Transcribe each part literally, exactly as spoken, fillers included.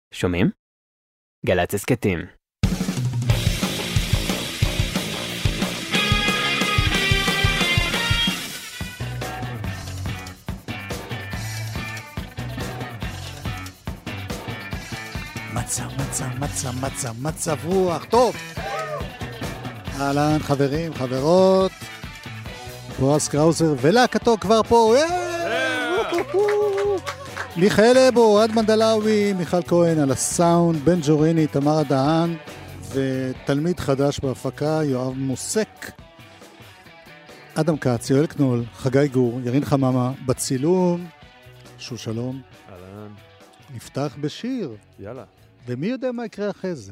שומעים? גל"צ הסכתים. מצב, מצב, מצב, מצב, מצב רוח, טוב. אהלן, חברים, חברות. בועז קראוזר ולהקתו כבר פה. מיכאל אבו, עד מנדלאוי, מיכל כהן על הסאונד, בן ג'וריני, תמר דהן, ותלמיד חדש בהפקה, יואב מוסק, אדם קץ, יואל קנול, חגי גור, ירין חממה, בצילום, שו שלום. אהלן. נפתח בשיר. יאללה. ומי יודע מה יקרה אחרי זה?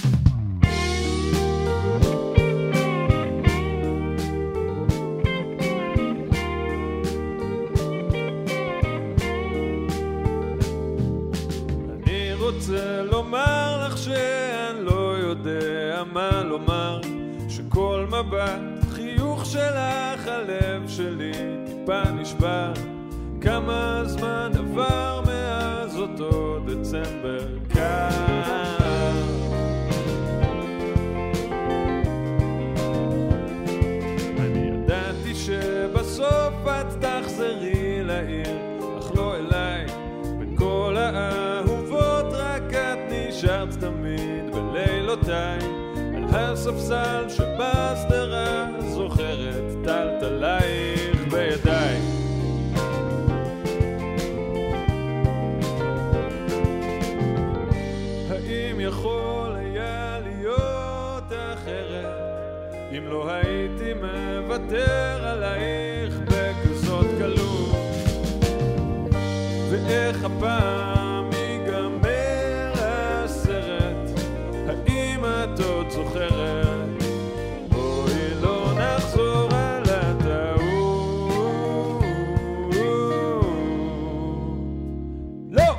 אני רוצה לומר לך שאני לא יודע מה לומר, שכל מבט חיוך שלך הלב שלי טיפה נשבר. כמה זמן עבר מאז אותו דצמבר קר. אני ידעתי שבסוף את תחזרי לעיר, אך לא אליי. בין כל האהובות רק את נשארת תמיד בלילותיי, על הספסל שבסדרה זוכרת טלטלייך בידיי. יכול היה להיות אחרת אם לא הייתי מוותר עלייך בכזאת קלות. ואיך הפעם ייגמר הסרט, האם את עוד זוכרת? בואי לא נחזור על הטעות. לא!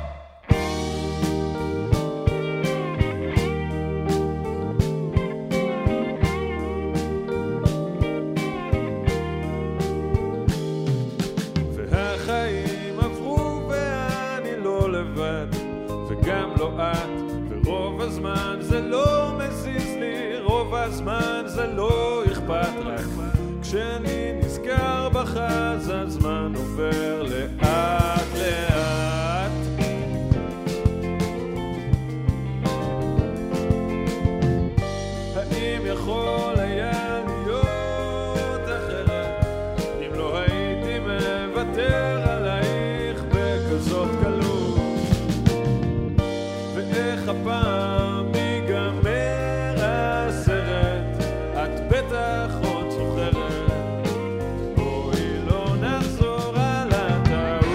וגם לא את, ורוב הזמן זה לא מזיז לי, רוב הזמן זה לא אכפת לך. כשאני נזכר בך אז הזמן עובר לאט לאט. האם יכול היה להיות אחרת אם לא הייתי מוותר עלייך בכזאת קלות? איך הפעם ייגמר הסרט, את בטח עוד זוכרת. בואי לא נחזור על הטעות.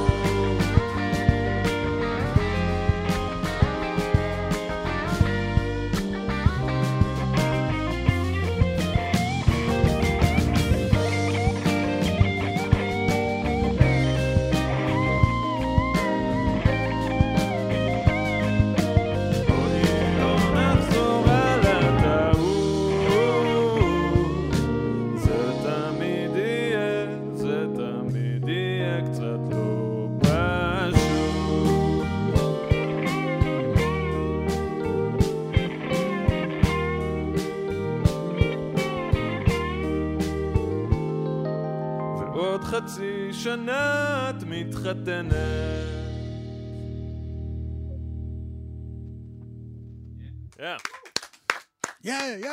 חצי שנה את מתחתנת. יא, יא.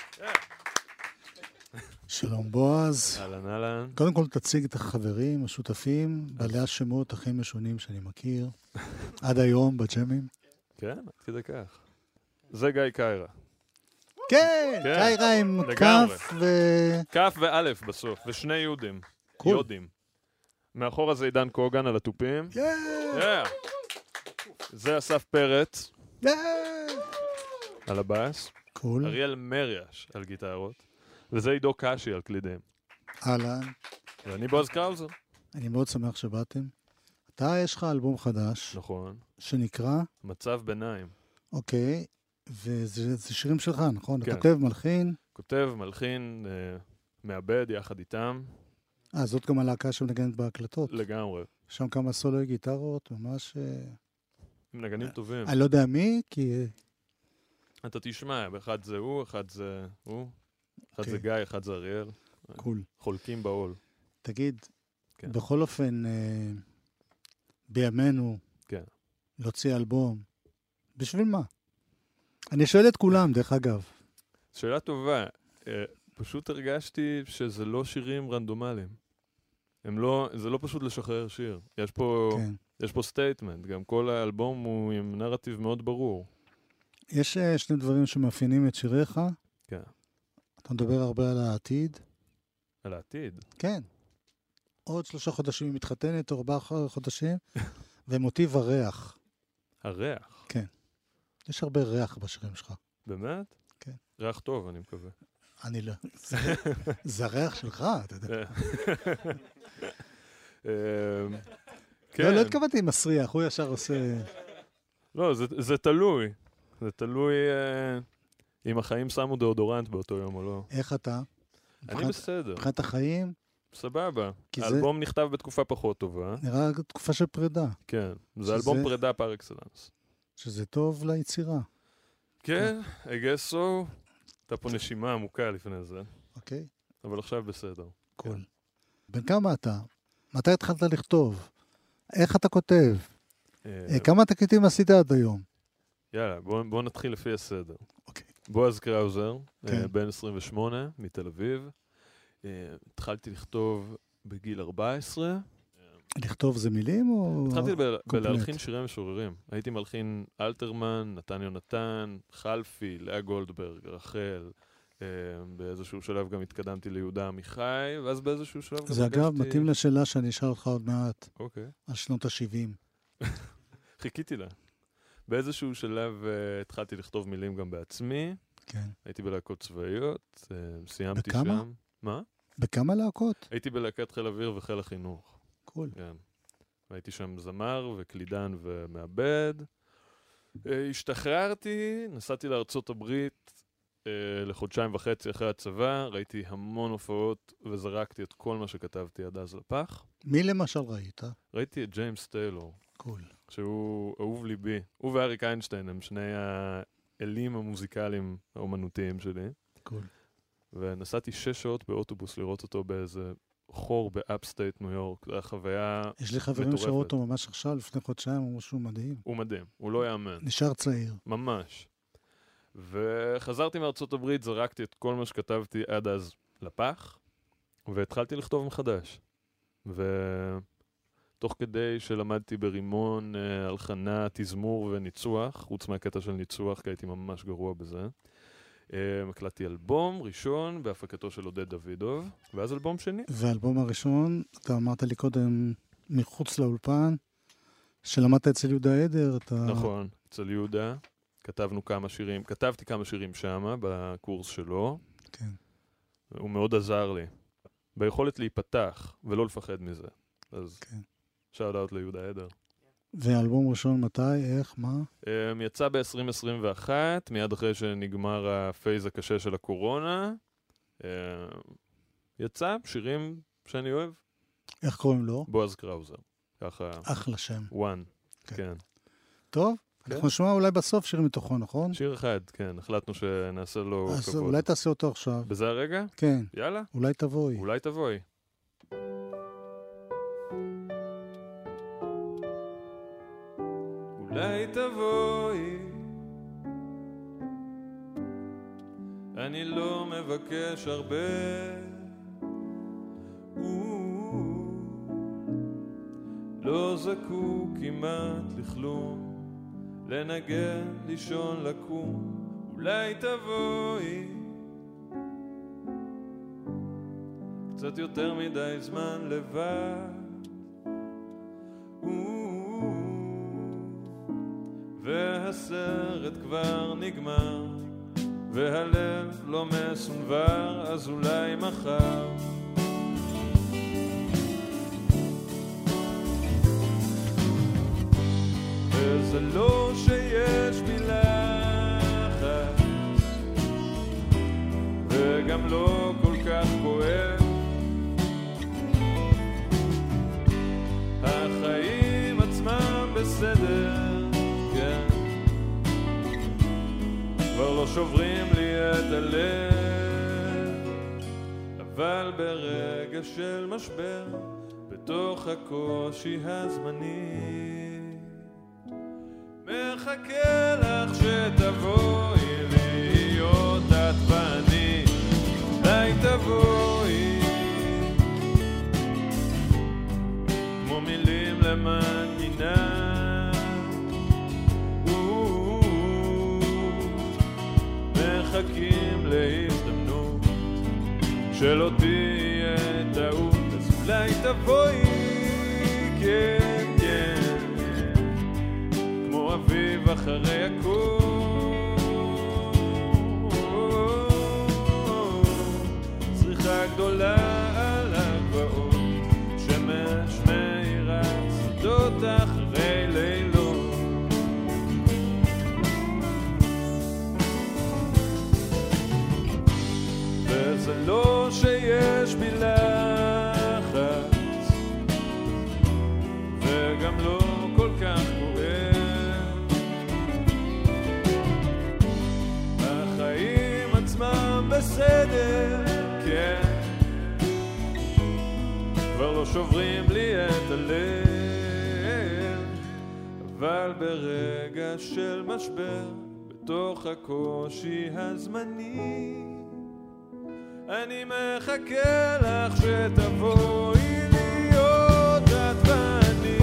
שלום בועז. אהלן, אהלן. קודם כל תציג את החברים, השותפים, בעלי השמות הכי משונים שאני מכיר, עד היום בג'מים. כן, עד כדי כך. זה גיא קיירה. כן, קיירה עם כף ו... כף ואלף בסוף, ושני יהודים. יודים. מאחורה זה עידן קוגן על הטופים. זה אסף פרץ על הבאס. אריאל מריאש על גיטרות. וזה עידו קשי על קלידים. אהלן. ואני בועז קראוזר. אני מאוד שמח שבאתם. אתה, יש לך אלבום חדש. נכון. שנקרא? מצב ביניים. אוקיי. וזה שירים שלך, נכון? כן. אתה כותב, מלחין? כותב, מלחין, מעבד יחד איתם. אה, זאת גם הלהקה שמנגנת בהקלטות. לגמרי. שם כמה סולוי גיטרות, ממש... הם נגנים טובים. אני לא יודע מי, כי... אתה תשמע, אחד זה הוא, אחד זה הוא, אחד אוקיי. זה גיא, אחד זה אריאל. קול. חולקים בעול. תגיד, כן. בכל אופן, אה, בימינו, כן. להוציא אלבום, בשביל מה? אני שואל את כולם, דרך אגב. שאלה טובה. אה, פשוט הרגשתי שזה לא שירים רנדומליים. הם לא, זה לא פשוט לשחרר שיר. יש פה, כן. יש פה סטייטמנט. גם כל האלבום הוא עם נרטיב מאוד ברור. יש אה, שני דברים שמאפיינים את שיריך. כן. אתה מדבר הרבה על העתיד. על העתיד. כן. עוד שלושה חודשים היא מתחתנת, או ארבעה חודשים, ומוטיב הריח. הריח. כן. יש הרבה ריח בשירים שלך. באמת? כן. ריח טוב, אני מקווה. אני לא. זה, זה הריח שלך, אתה יודע. כן. לא, לא התכוונתי עם מסריח, הוא ישר עושה... לא, זה, זה תלוי. זה תלוי אה, אם החיים שמו דאודורנט באותו יום או לא. איך אתה? אני מבחינת- בסדר. מבחינת החיים, סבבה. כי זה- האלבום נכתב בתקופה פחות טובה. נראה תקופה של פרידה, כן. זה שזה- אלבום פרידה פר אקסלנס. שזה טוב ליצירה, כן, I guess so. הייתה פה נשימה עמוקה לפני זה, אוקיי? אבל עכשיו בסדר. קול. בן כמה אתה? מתי התחלת לכתוב? איך אתה כותב? אה, אה, כמה תקליטים עשית עד היום? יאללה, בואו בוא נתחיל לפי הסדר. אוקיי. בועז קראוזר, כן. אה, בן עשרים ושמונה, מתל אביב. אה, התחלתי לכתוב בגיל ארבע עשרה. לכתוב זה מילים או... התחלתי ב- קומפלט? בלהלחין שירי משוררים. הייתי מלחין אלתרמן, נתן יונתן, חלפי, לאה גולדברג, רחל. אה, באיזשהו שלב גם התקדמתי ליהודה עמיחי, ואז באיזשהו שלב גם זה אגב הרגשתי- מתאים לשאלה שאני אשאל אותך עוד מעט, אוקיי. על שנות ה-שבעים. חיכיתי לה. באיזשהו שלב uh, התחלתי לכתוב מילים גם בעצמי. כן. הייתי בלהקות צבאיות, uh, סיימתי בכמה? שם. מה? בכמה להקות? הייתי בלהקת חיל אוויר וחיל החינוך. קול. כן. הייתי שם זמר וקלידן ומעבד. Uh, השתחררתי, נסעתי לארצות הברית uh, לחודשיים וחצי אחרי הצבא, ראיתי המון הופעות וזרקתי את כל מה שכתבתי עד אז לפח. מי למשל ראית? ראיתי את ג'יימס טיילור. קול. שהוא אהוב ליבי. הוא ואריק איינשטיין הם שני האלים המוזיקליים האומנותיים שלי. קול. ונסעתי שש שעות באוטובוס לראות אותו באיזה חור באפסטייט ניו יורק. זו הייתה חוויה יש לי חברים מטורפת. שראו אותו ממש עכשיו, לפני חודשיים, אמרו שהוא מדהים. הוא מדהים, הוא לא יאמן. נשאר צעיר. ממש. וחזרתי מארצות הברית, זרקתי את כל מה שכתבתי עד אז לפח, והתחלתי לכתוב מחדש. ותוך כדי שלמדתי ברימון, אה, הלחנה, תזמור וניצוח, חוץ מהקטע של ניצוח, כי הייתי ממש גרוע בזה, אה, הקלטתי אלבום ראשון בהפקתו של עודד דוידוב, ואז אלבום שני. והאלבום הראשון, אתה אמרת לי קודם, מחוץ לאולפן, שלמדת אצל יהודה עדר, אתה... נכון, אצל יהודה. כתבנו כמה שירים, כתבתי כמה שירים שמה, בקורס שלו. כן. הוא מאוד עזר לי. ביכולת להיפתח, ולא לפחד מזה. אז כן. שאוט אאוט ליהודה עדר. ואלבום ראשון מתי, איך, מה? Um, יצא ב-עשרים עשרים ואחת, מיד אחרי שנגמר הפייז הקשה של הקורונה. Um, יצא שירים שאני אוהב. איך קוראים לו? בועז קראוזר. ככה, אחלה שם. וואן. כן. כן. טוב, כן. אנחנו נשמע אולי בסוף שיר מתוכו, נכון? שיר אחד, כן. החלטנו שנעשה לו אז כבוד. אולי תעשה אותו עכשיו. בזה הרגע? כן, יאללה. אולי תבואי. אולי תבואי. אולי תבואי, אני לא מבקש הרבה, לא זקוק כמעט לכלום, לנגן, לישון, לקום. אולי תבואי, קצת יותר מדי זמן לבד, והסרט כבר נגמר, והלב לא מסונבר, אז אולי מחר. וזה לא שיש בי לחץ, וגם לא כל כך כואב, החיים עצמם בסדר, לא שוברים לי את הלב, אבל ברגע של משבר, בתוך הקושי הזמני, מחכה לך שתבואי להיות את ואני, אולי תבואי כמו מילים למנגינה, מחכים להזדמנות שלא תהיה טעות, אז אולי תבואי, כן, כן, כמו אביב אחרי הכל, צריכה גדולה על הגבעות, שמש מאירה שדות אחרי לילות, וזה לא שיש בי לחץ, וגם לא כל כך כואב, החיים עצמם בסדר, כן, כבר לא שוברים לי את הלב, אבל ברגע של משבר, בתוך הקושי הזמני, אני מחכה לך שתבואי להיות את ואני.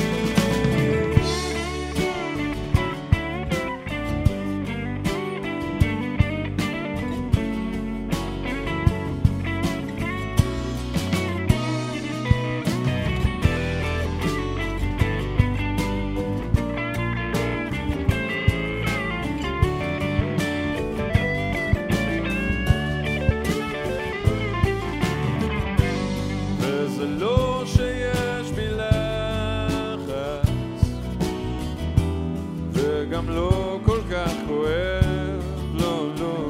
לא שיש בי לחץ, וגם לא כל כך כואב, לא, לא,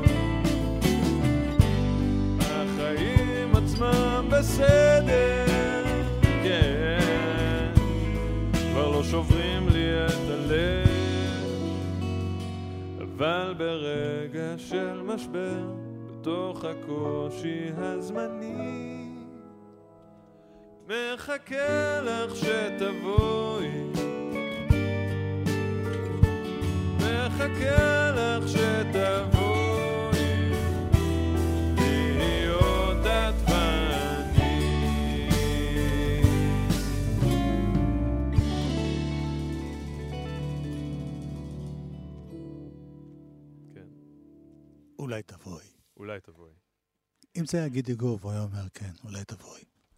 החיים עצמם בסדר, כן, כבר לא שוברים לי את הלב, אבל ברגע של משבר, בתוך הקושי הזמני, מחכה לך שתבואי, מחכה לך שתבואי להיות את ואני. כן. אולי תבואי. אולי תבואי. אם זה היה גידי גוב, הוא היה אומר כן, אולי תבואי.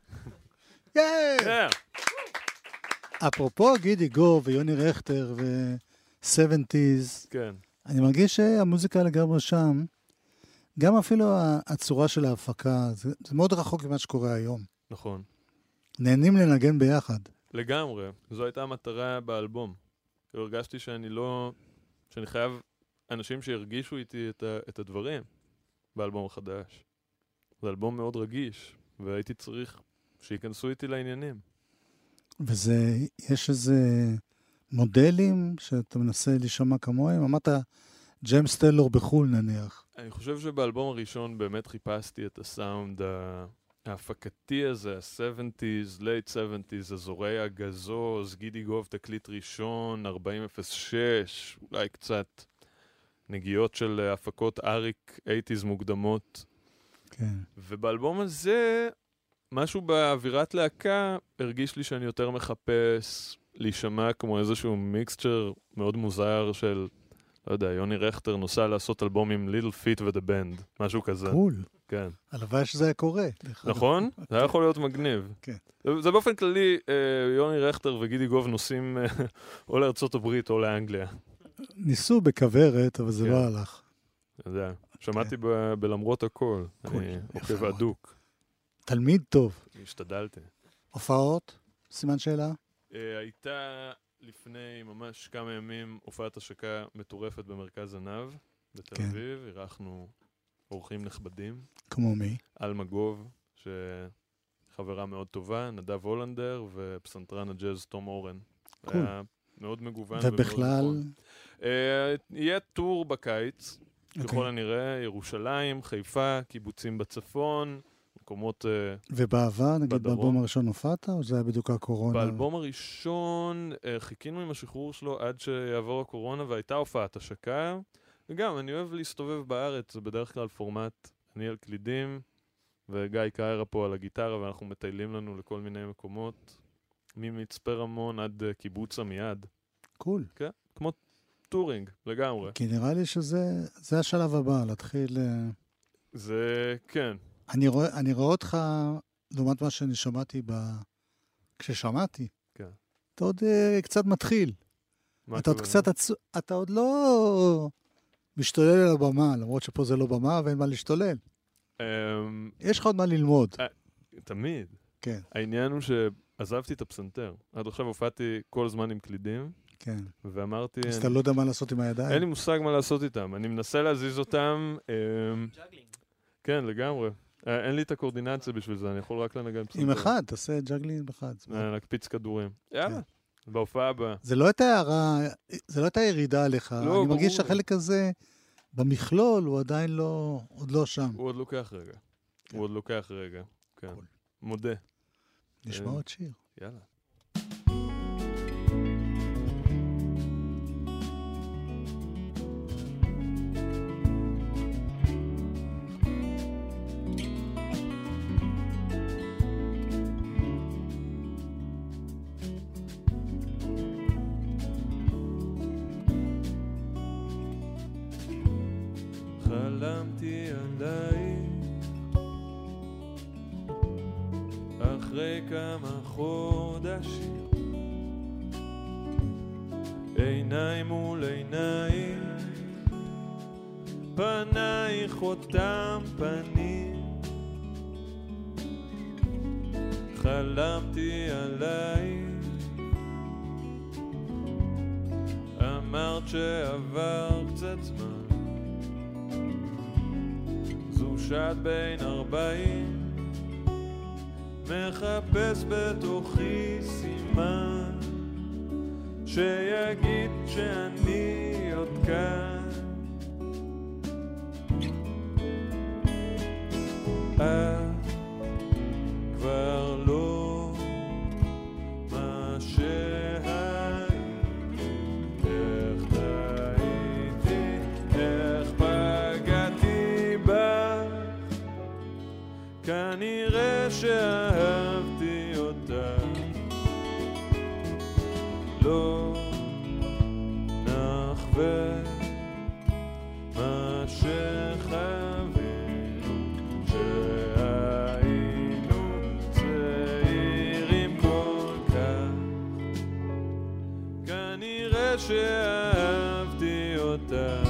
אפרופו גידי גו ויוני רכטר ו-שבעים, כן. אני מרגיש שהמוזיקה לגמרי שם, גם אפילו הצורה של ההפקה, זה, זה מאוד רחוק ממה שקורה היום. נכון. נהנים לנגן ביחד. לגמרי. זו הייתה המטרה באלבום. הרגשתי שאני לא, שאני חייב אנשים שירגישו איתי את, ה, את הדברים באלבום החדש. זה אלבום מאוד רגיש, והייתי צריך שיכנסו איתי לעניינים. וזה, יש איזה מודלים שאתה מנסה לשמע כמוהם? אמרת ג'יימס טיילור בחול נניח. אני חושב שבאלבום הראשון באמת חיפשתי את הסאונד ההפקתי הזה, ה-שבעים, late שבעים, אזורי הגזוז, גידי גוב תקליט ראשון, ארבעים אפס שש, אולי קצת נגיעות של הפקות אריק שמונים מוקדמות. כן. ובאלבום הזה, משהו באווירת להקה הרגיש לי שאני יותר מחפש להישמע כמו איזשהו מיקסצ'ר מאוד מוזר של, לא יודע, יוני רכטר נוסע לעשות אלבום עם ליטל פיט ודה בנד, משהו כזה. קול. כן. הלוואי שזה היה קורה. נכון? זה היה יכול להיות מגניב. כן. זה באופן כללי, יוני רכטר וגידי גוב נוסעים או לארצות הברית או לאנגליה. ניסו בכוורת, אבל זה לא הלך. אתה יודע, שמעתי בלמרות הכל. אני עוקב הדוק. תלמיד טוב. השתדלתי. הופעות? סימן שאלה? הייתה לפני ממש כמה ימים הופעת השקה מטורפת במרכז ענב, בתל אביב. אירחנו אורחים נכבדים. כמו מי? אלמה גוב, שחברה מאוד טובה, נדב הולנדר, ופסנתרן הג'אז תום אורן. היה מאוד מגוון. ובכלל? יהיה טור בקיץ, ככל הנראה, ירושלים, חיפה, קיבוצים בצפון, מקומות uh, ובעבר, נגיד, בדרום. באלבום הראשון הופעת, או זה היה בדיוק הקורונה? באלבום הראשון uh, חיכינו עם השחרור שלו עד שיעבור הקורונה, והייתה הופעת השקה. וגם, אני אוהב להסתובב בארץ, זה בדרך כלל פורמט, אני על קלידים, וגיא קיירה פה על הגיטרה, ואנחנו מטיילים לנו לכל מיני מקומות, ממצפה רמון עד uh, קיבוץ עמיעד. קול. כן, כמו טורינג, לגמרי. כי נראה לי שזה זה השלב הבא, להתחיל... זה, כן. אני רואה, אני רואה אותך, לעומת מה שאני שמעתי ב... כששמעתי. כן. אתה עוד uh, קצת מתחיל. אתה עוד קצת... עצ... אתה עוד לא משתולל על הבמה, למרות שפה זה לא במה ואין מה להשתולל. יש לך עוד מה ללמוד. תמיד. כן. העניין הוא שעזבתי את הפסנתר. עד עכשיו הופעתי כל הזמן עם קלידים. כן. ואמרתי... אז אתה לא יודע מה לעשות עם הידיים? אין לי מושג מה לעשות איתם. אני מנסה להזיז אותם. ג'אגלינג. כן, לגמרי. אין לי את הקורדינציה בשביל זה, אני יכול רק לנגן פסנתר. עם אחד, תעשה ג'אגלינג אחד. להקפיץ כדורים. יאללה. בהופעה הבאה. זה לא הייתה הערה, זה לא הייתה ירידה עליך. אני מרגיש שהחלק הזה, במכלול, הוא עדיין לא, עוד לא שם. הוא עוד לוקח רגע. הוא עוד לוקח רגע. כן. מודה. נשמע עוד שיר. יאללה. חלמתי עלייך אחרי כמה חודשים, עיניים מול עיניים, פנייך אותם פנים. חלמתי עלייך, אמרת שעבר קצת זמן, זו שעת בין ארבעים, מחפש בתוכי סימן שיגיד שאני עוד כאן. את כבר לא מה שהייתי, איך טעיתי, איך פגעתי בך, כנראה שאהבתי אותך, לא נחווה מה שחווינו שהיינו צעירים כל כך, כנראה שאהבתי אותך.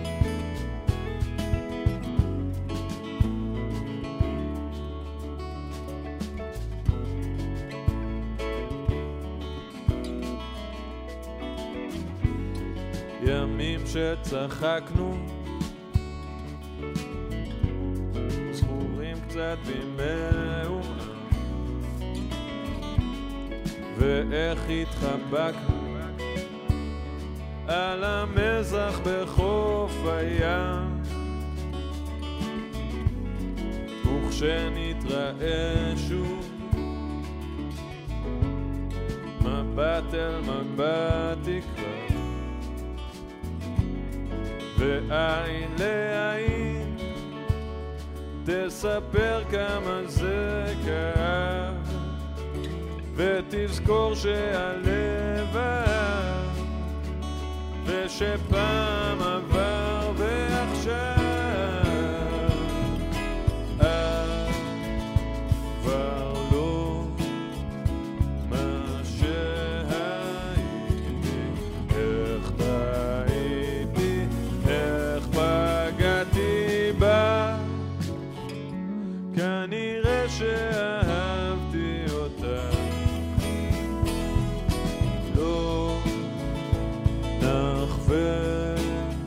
ימים שצחקנו, זכורים קצת במאומה, ואיך התחבקנו על המזח בחוף הים, וכשנתראה שוב מבט אל מבט תקרא, ועין לעין תספר כמה זה כאב, ותזכור שהלב אהב, ושפעם עבר ועכשיו את כבר לא מה שהייתי, איך טעיתי, איך פגעתי בה, כנראה שאהבתי אותה, לא נחווה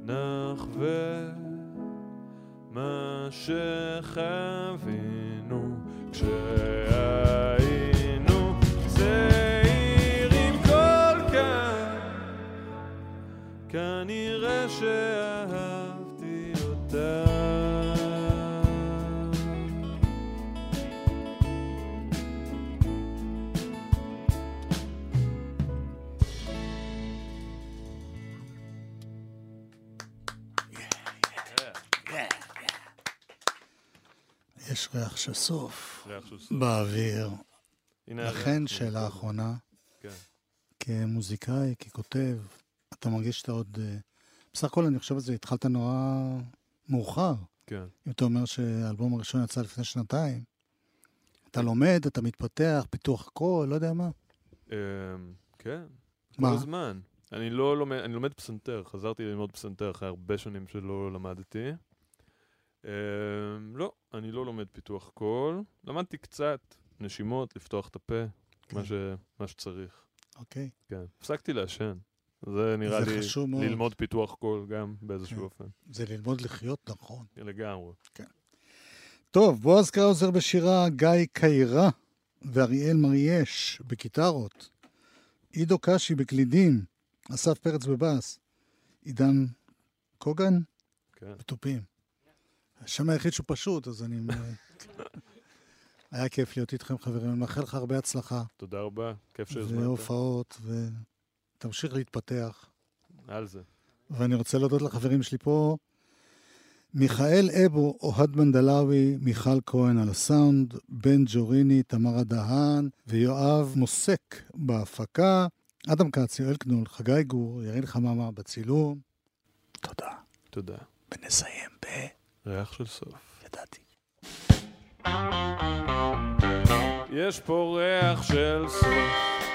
נחווה מה שחווינו כשהיינו צעירים כל כך, כנראה שאהבתי אותה. יש ריח של סוף ריח של סוף. באוויר. הנה לכן הריח. שאלה אחרונה, כן. כמוזיקאי, ככותב, אתה מרגיש שאתה עוד... אה, בסך הכל אני חושב שזה התחלת נורא מאוחר. כן. אם אתה אומר שהאלבום הראשון יצא לפני שנתיים, אתה לומד, אתה מתפתח, פיתוח קול, לא יודע מה. אמ, כן. מה? כל הזמן. אני לא לומד, אני לומד פסנתר. חזרתי ללמוד פסנתר אחרי הרבה שנים שלא למדתי. אמ, לא, אני לא לומד פיתוח קול. למדתי קצת נשימות, לפתוח את הפה, מה ש- מה שצריך. אוקיי. כן. הפסקתי לעשן. זה נראה זה לי חשוב מאוד. ללמוד פיתוח קול גם באיזשהו כן. אופן. זה ללמוד לחיות נכון. לגמרי. טוב, בועז קראוזר בשירה, גיא קיירה ואריאל מריאש בקיטרות, עידו קשי בקלידים, אסף פרץ בבאס, עידן קוגן כן. בתופים. השם היחיד שהוא פשוט, אז אני... היה כיף להיות איתכם חברים, אני מאחל לך הרבה הצלחה, תודה רבה. כיף שהזמנת. והופעות, ותמשיך להתפתח. על זה. ואני רוצה להודות לחברים שלי פה, מיכאל אבו, אוהד מנדלאוי, מיכל כהן על הסאונד, בן ג'וריני, תמרה דהן ויואב מוסק בהפקה, אדם כץ, יואל קנול, חגי גור, ירין חממה בצילום. תודה. תודה. ונסיים ב... ריח של סוף. ידעתי. יש פה ריח של סוף,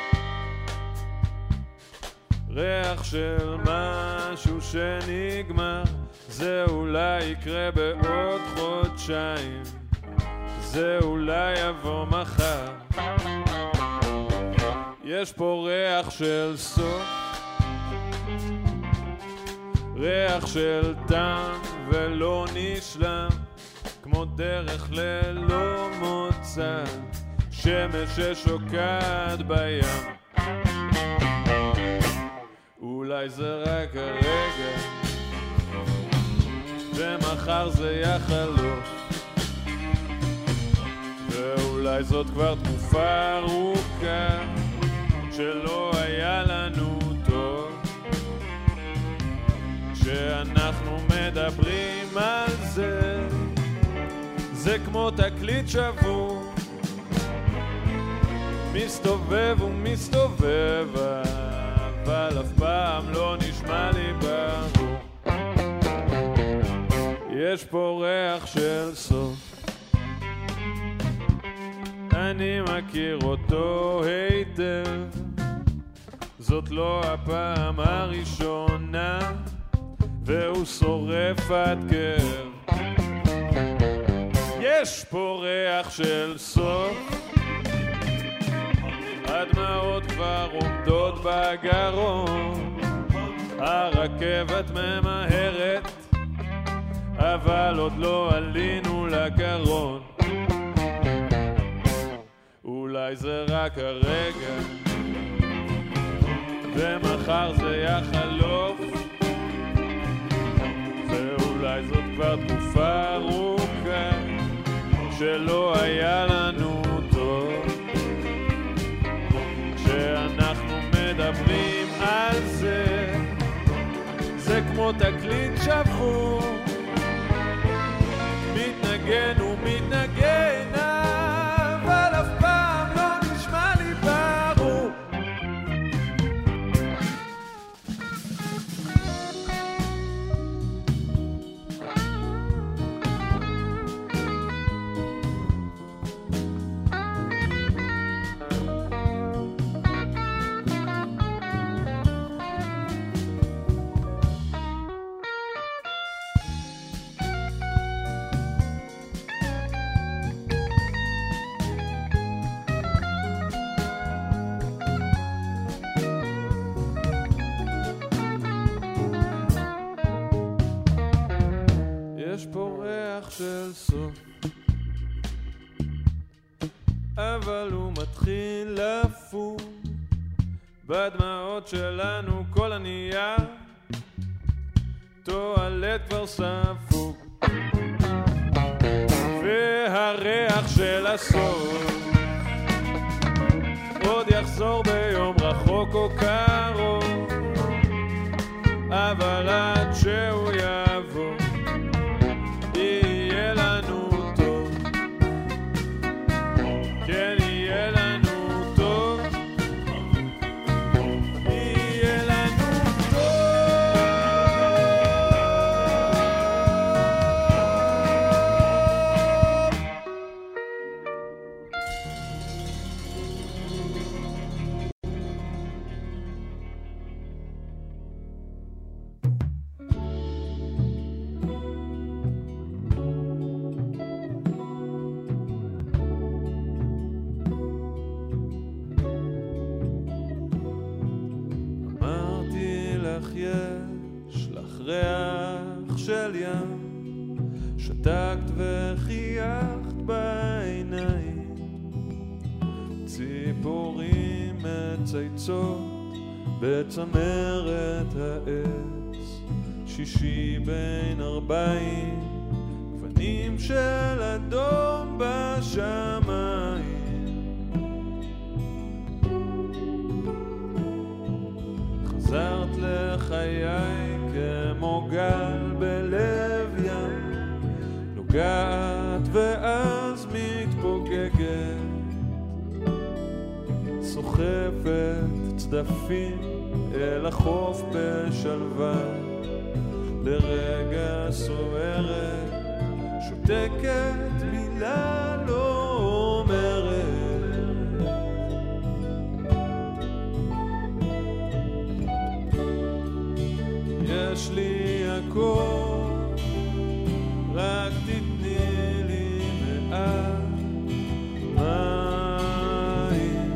ריח של משהו שנגמר, זה אולי יקרה בעוד חודשיים, זה אולי יבוא מחר. יש פה ריח של סוף, ריח של טעם ולא נשלם, כמו דרך ללא מוצא, שמש ששוקעת בים. אולי זה רק הרגע, ומחר זה יחלוף, ואולי זאת כבר תקופה ארוכה שלא היה לנו טוב. כשאנחנו מדברים על זה, זה כמו תקליט שבור, מסתובב ומסתובב, אבל אף פעם לא נשמע לי ברור. יש פה ריח של סוף, אני מכיר אותו היטב, זאת לא הפעם הראשונה, והוא שורף עד כאב. יש פה ריח של סוף, הדמעות כבר עומדות בגרון, הרכבת ממהרת, אבל עוד לא עלינו לקרון. אולי זה רק הרגע, ומחר זה יחלוף, ואולי זאת כבר תקופה ארוכה שלא היה לנו טוב. כשאנחנו מדברים על זה, זה כמו תקליט שבור, מתנגן ומתנגן, אבל אף פעם לא נשמע לי ברור. של סוף, אבל הוא מתחיל לפור בדמעות שלנו. כל הנייר טואלט כבר ספוג, והריח של הסוף עוד יחזור ביום רחוק או קרוב, אבל עד שהוא יבוא יהיה לנו טוב, כן יהיה לנו טוב, יהיה לנו יש לך ריח של ים, שתקת וחייכת בעיניים, ציפורים מצייצות בצמרת העץ, שישי בין ארבעים, גוונים של אדום בשמיים, חזרת לחיי כמו גל בלב ים, נוגעת ואז מתפוגגת, סוחפת צדפים אל החוף בשלווה, לרגע סוערת, שותקת מילה לא אומרת, יש לי הכל, רק תתני לי מעט מים,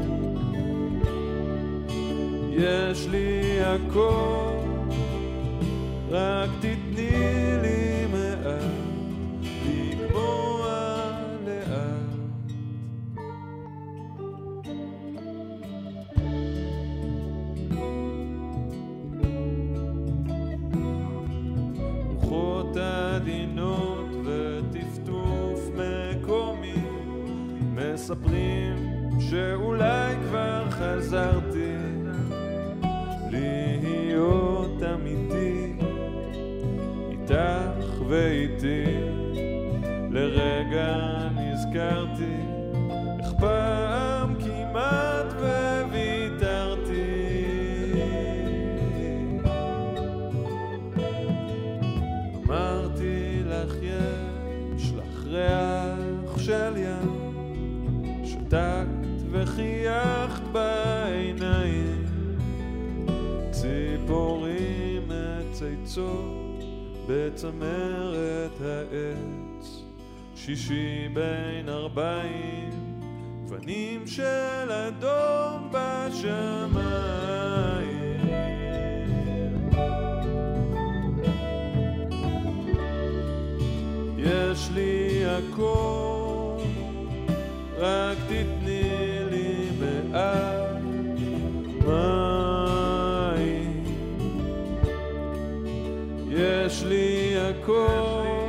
יש לי הכל, רק תתני לי מעט לגמוע לאט, רוחות עדינות וטפטוף מקומי מספרים שאולי כבר חזרתי להיות אמיתי איתך ואיתי, לרגע נזכרתי איך פעם כמעט וויתרתי, אמרתי לך יש לך ריח של ים, שתקת וחייכת בעיניים, ציפורים מצייצות בצמרת העץ, שישי בין ארבעים, גוונים של אדום בשמיים, יש לי הכל, רק תתני לי מעט מים, יש לי הכל,